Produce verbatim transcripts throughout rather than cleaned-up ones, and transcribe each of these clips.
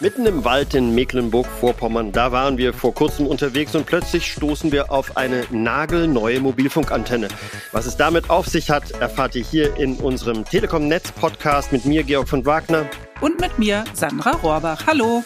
Mitten im Wald in Mecklenburg-Vorpommern, da waren wir vor kurzem unterwegs und plötzlich stoßen wir auf eine nagelneue Mobilfunkantenne. Was es damit auf sich hat, erfahrt ihr hier in unserem Telekom-Netz-Podcast mit mir, Georg von Wagner. Und mit mir, Sandra Rohrbach. Hallo.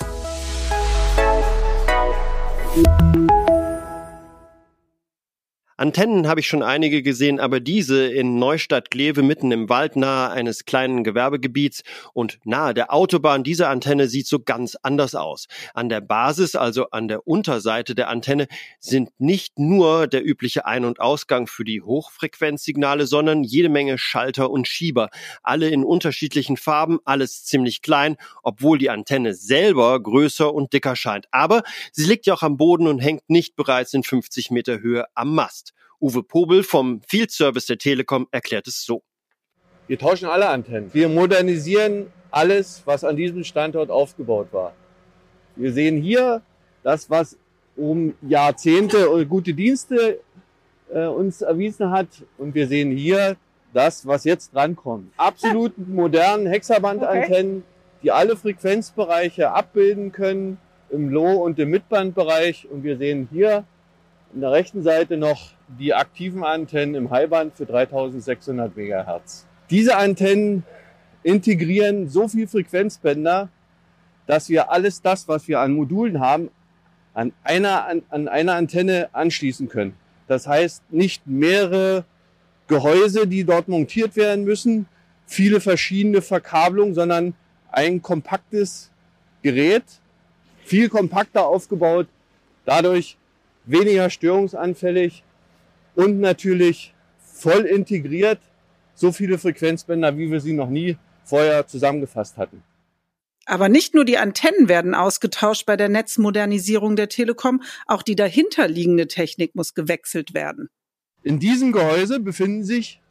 Antennen habe ich schon einige gesehen, aber diese in Neustadt-Glewe mitten im Wald nahe eines kleinen Gewerbegebiets und nahe der Autobahn, diese Antenne sieht so ganz anders aus. An der Basis, also an der Unterseite der Antenne, sind nicht nur der übliche Ein- und Ausgang für die Hochfrequenzsignale, sondern jede Menge Schalter und Schieber. Alle in unterschiedlichen Farben, alles ziemlich klein, obwohl die Antenne selber größer und dicker scheint. Aber sie liegt ja auch am Boden und hängt nicht bereits in fünfzig Meter Höhe am Mast. Uwe Pobel vom Field Service der Telekom erklärt es so. Wir tauschen alle Antennen. Wir modernisieren alles, was an diesem Standort aufgebaut war. Wir sehen hier das, was um Jahrzehnte und gute Dienste äh, uns erwiesen hat. Und wir sehen hier das, was jetzt drankommt. Absolut modernen Hexabandantennen, okay, die alle Frequenzbereiche abbilden können, im Low- und im Midbandbereich. Und wir sehen hier an der rechten Seite noch die aktiven Antennen im Highband für dreitausendsechshundert Megahertz. Diese Antennen integrieren so viel Frequenzbänder, dass wir alles das, was wir an Modulen haben, an einer, an, an einer Antenne anschließen können. Das heißt, nicht mehrere Gehäuse, die dort montiert werden müssen, viele verschiedene Verkabelungen, sondern ein kompaktes Gerät, viel kompakter aufgebaut, dadurch weniger störungsanfällig und natürlich voll integriert, so viele Frequenzbänder, wie wir sie noch nie vorher zusammengefasst hatten. Aber nicht nur die Antennen werden ausgetauscht bei der Netzmodernisierung der Telekom, auch die dahinterliegende Technik muss gewechselt werden. In diesem Gehäuse befinden sich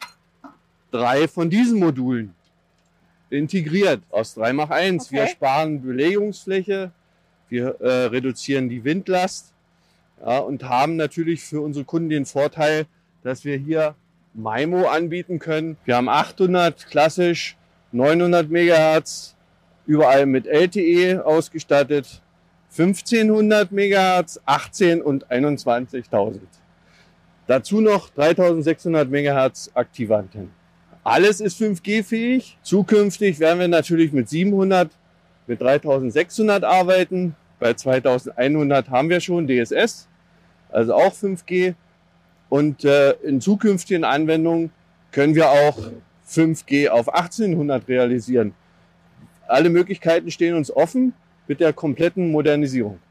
drei von diesen Modulen integriert aus drei mal eins. Okay. Wir sparen Belegungsfläche, wir äh, reduzieren die Windlast. Ja, und haben natürlich für unsere Kunden den Vorteil, dass wir hier MIMO anbieten können. Wir haben achthundert klassisch, neunhundert Megahertz, überall mit L T E ausgestattet, fünfzehnhundert Megahertz, achtzehn und einundzwanzigtausend. Dazu noch dreitausendsechshundert Megahertz aktive Antennen. Alles ist fünf G fähig. Zukünftig werden wir natürlich mit siebenhundert, mit dreitausendsechshundert arbeiten. Bei zweitausendeinhundert haben wir schon D S S, also auch fünf G. Und äh, in zukünftigen Anwendungen können wir auch fünf G auf achtzehnhundert realisieren. Alle Möglichkeiten stehen uns offen mit der kompletten Modernisierung.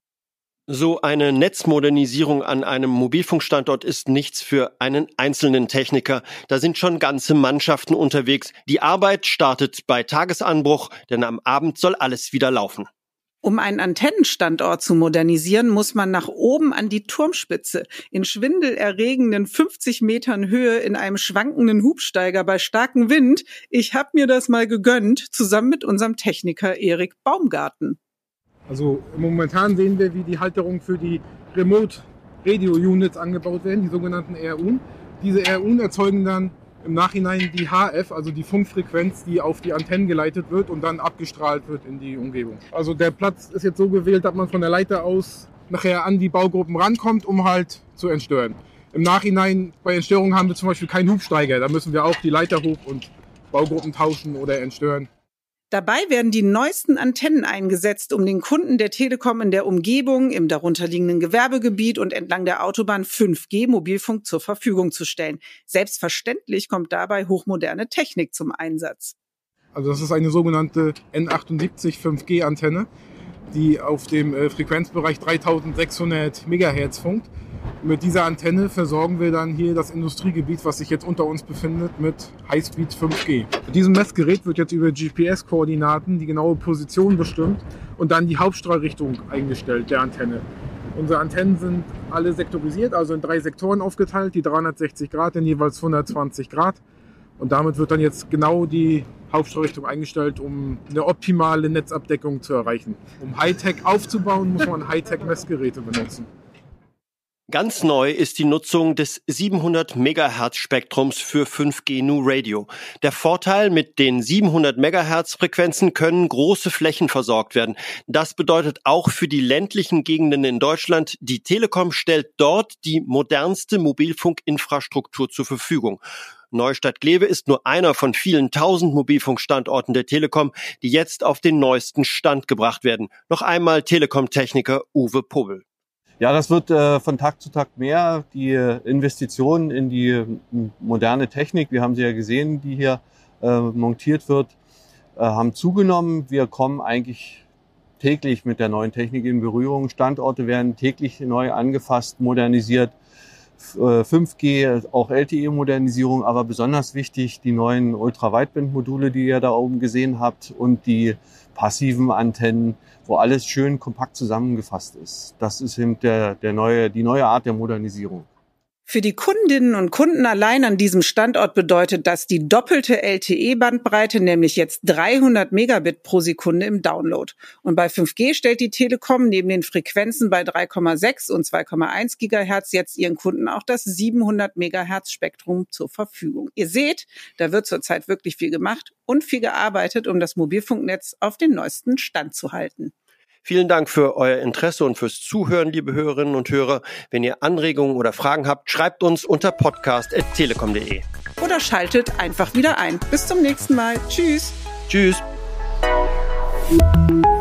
So eine Netzmodernisierung an einem Mobilfunkstandort ist nichts für einen einzelnen Techniker. Da sind schon ganze Mannschaften unterwegs. Die Arbeit startet bei Tagesanbruch, denn am Abend soll alles wieder laufen. Um einen Antennenstandort zu modernisieren, muss man nach oben an die Turmspitze, in schwindelerregenden fünfzig Metern Höhe in einem schwankenden Hubsteiger bei starkem Wind. Ich habe mir das mal gegönnt, zusammen mit unserem Techniker Erik Baumgarten. Also momentan sehen wir, wie die Halterungen für die Remote Radio Units angebaut werden, die sogenannten R U. Diese R U erzeugen dann im Nachhinein die H F, also die Funkfrequenz, die auf die Antennen geleitet wird und dann abgestrahlt wird in die Umgebung. Also der Platz ist jetzt so gewählt, dass man von der Leiter aus nachher an die Baugruppen rankommt, um halt zu entstören. Im Nachhinein bei Entstörungen haben wir zum Beispiel keinen Hubsteiger, da müssen wir auch die Leiter hoch und Baugruppen tauschen oder entstören. Dabei werden die neuesten Antennen eingesetzt, um den Kunden der Telekom in der Umgebung, im darunterliegenden Gewerbegebiet und entlang der Autobahn fünf G Mobilfunk zur Verfügung zu stellen. Selbstverständlich kommt dabei hochmoderne Technik zum Einsatz. Also das ist eine sogenannte N achtundsiebzig fünf G Antenne, die auf dem Frequenzbereich dreitausendsechshundert Megahertz funkt. Mit dieser Antenne versorgen wir dann hier das Industriegebiet, was sich jetzt unter uns befindet, mit Highspeed fünf G. Mit diesem Messgerät wird jetzt über G P S-Koordinaten die genaue Position bestimmt und dann die Hauptstrahlrichtung eingestellt der Antenne. Unsere Antennen sind alle sektorisiert, also in drei Sektoren aufgeteilt, die dreihundertsechzig Grad in jeweils hundertzwanzig Grad. Und damit wird dann jetzt genau die Hauptstrahlrichtung eingestellt, um eine optimale Netzabdeckung zu erreichen. Um Hightech aufzubauen, muss man Hightech-Messgeräte benutzen. Ganz neu ist die Nutzung des siebenhundert Megahertz Spektrums für fünf G New Radio. Der Vorteil: mit den siebenhundert Megahertz Frequenzen können große Flächen versorgt werden. Das bedeutet auch für die ländlichen Gegenden in Deutschland, die Telekom stellt dort die modernste Mobilfunkinfrastruktur zur Verfügung. Neustadt-Glewe ist nur einer von vielen tausend Mobilfunkstandorten der Telekom, die jetzt auf den neuesten Stand gebracht werden. Noch einmal Telekom-Techniker Uwe Pobel. Ja, das wird äh, von Tag zu Tag mehr. Die Investitionen in die äh, moderne Technik, wir haben sie ja gesehen, die hier äh, montiert wird, äh, haben zugenommen. Wir kommen eigentlich täglich mit der neuen Technik in Berührung. Standorte werden täglich neu angefasst, modernisiert. Äh, fünf G, auch L T E-Modernisierung, aber besonders wichtig die neuen Ultraweitbandmodule, die ihr da oben gesehen habt, und die passiven Antennen, wo alles schön kompakt zusammengefasst ist. Das ist eben der, der neue, die neue Art der Modernisierung. Für die Kundinnen und Kunden allein an diesem Standort bedeutet das die doppelte L T E-Bandbreite, nämlich jetzt dreihundert Megabit pro Sekunde im Download. Und bei fünf G stellt die Telekom neben den Frequenzen bei drei Komma sechs und zwei Komma eins Gigahertz jetzt ihren Kunden auch das siebenhundert Megahertz Spektrum zur Verfügung. Ihr seht, da wird zurzeit wirklich viel gemacht und viel gearbeitet, um das Mobilfunknetz auf den neuesten Stand zu halten. Vielen Dank für euer Interesse und fürs Zuhören, liebe Hörerinnen und Hörer. Wenn ihr Anregungen oder Fragen habt, schreibt uns unter podcast at telekom punkt de. Oder schaltet einfach wieder ein. Bis zum nächsten Mal. Tschüss. Tschüss.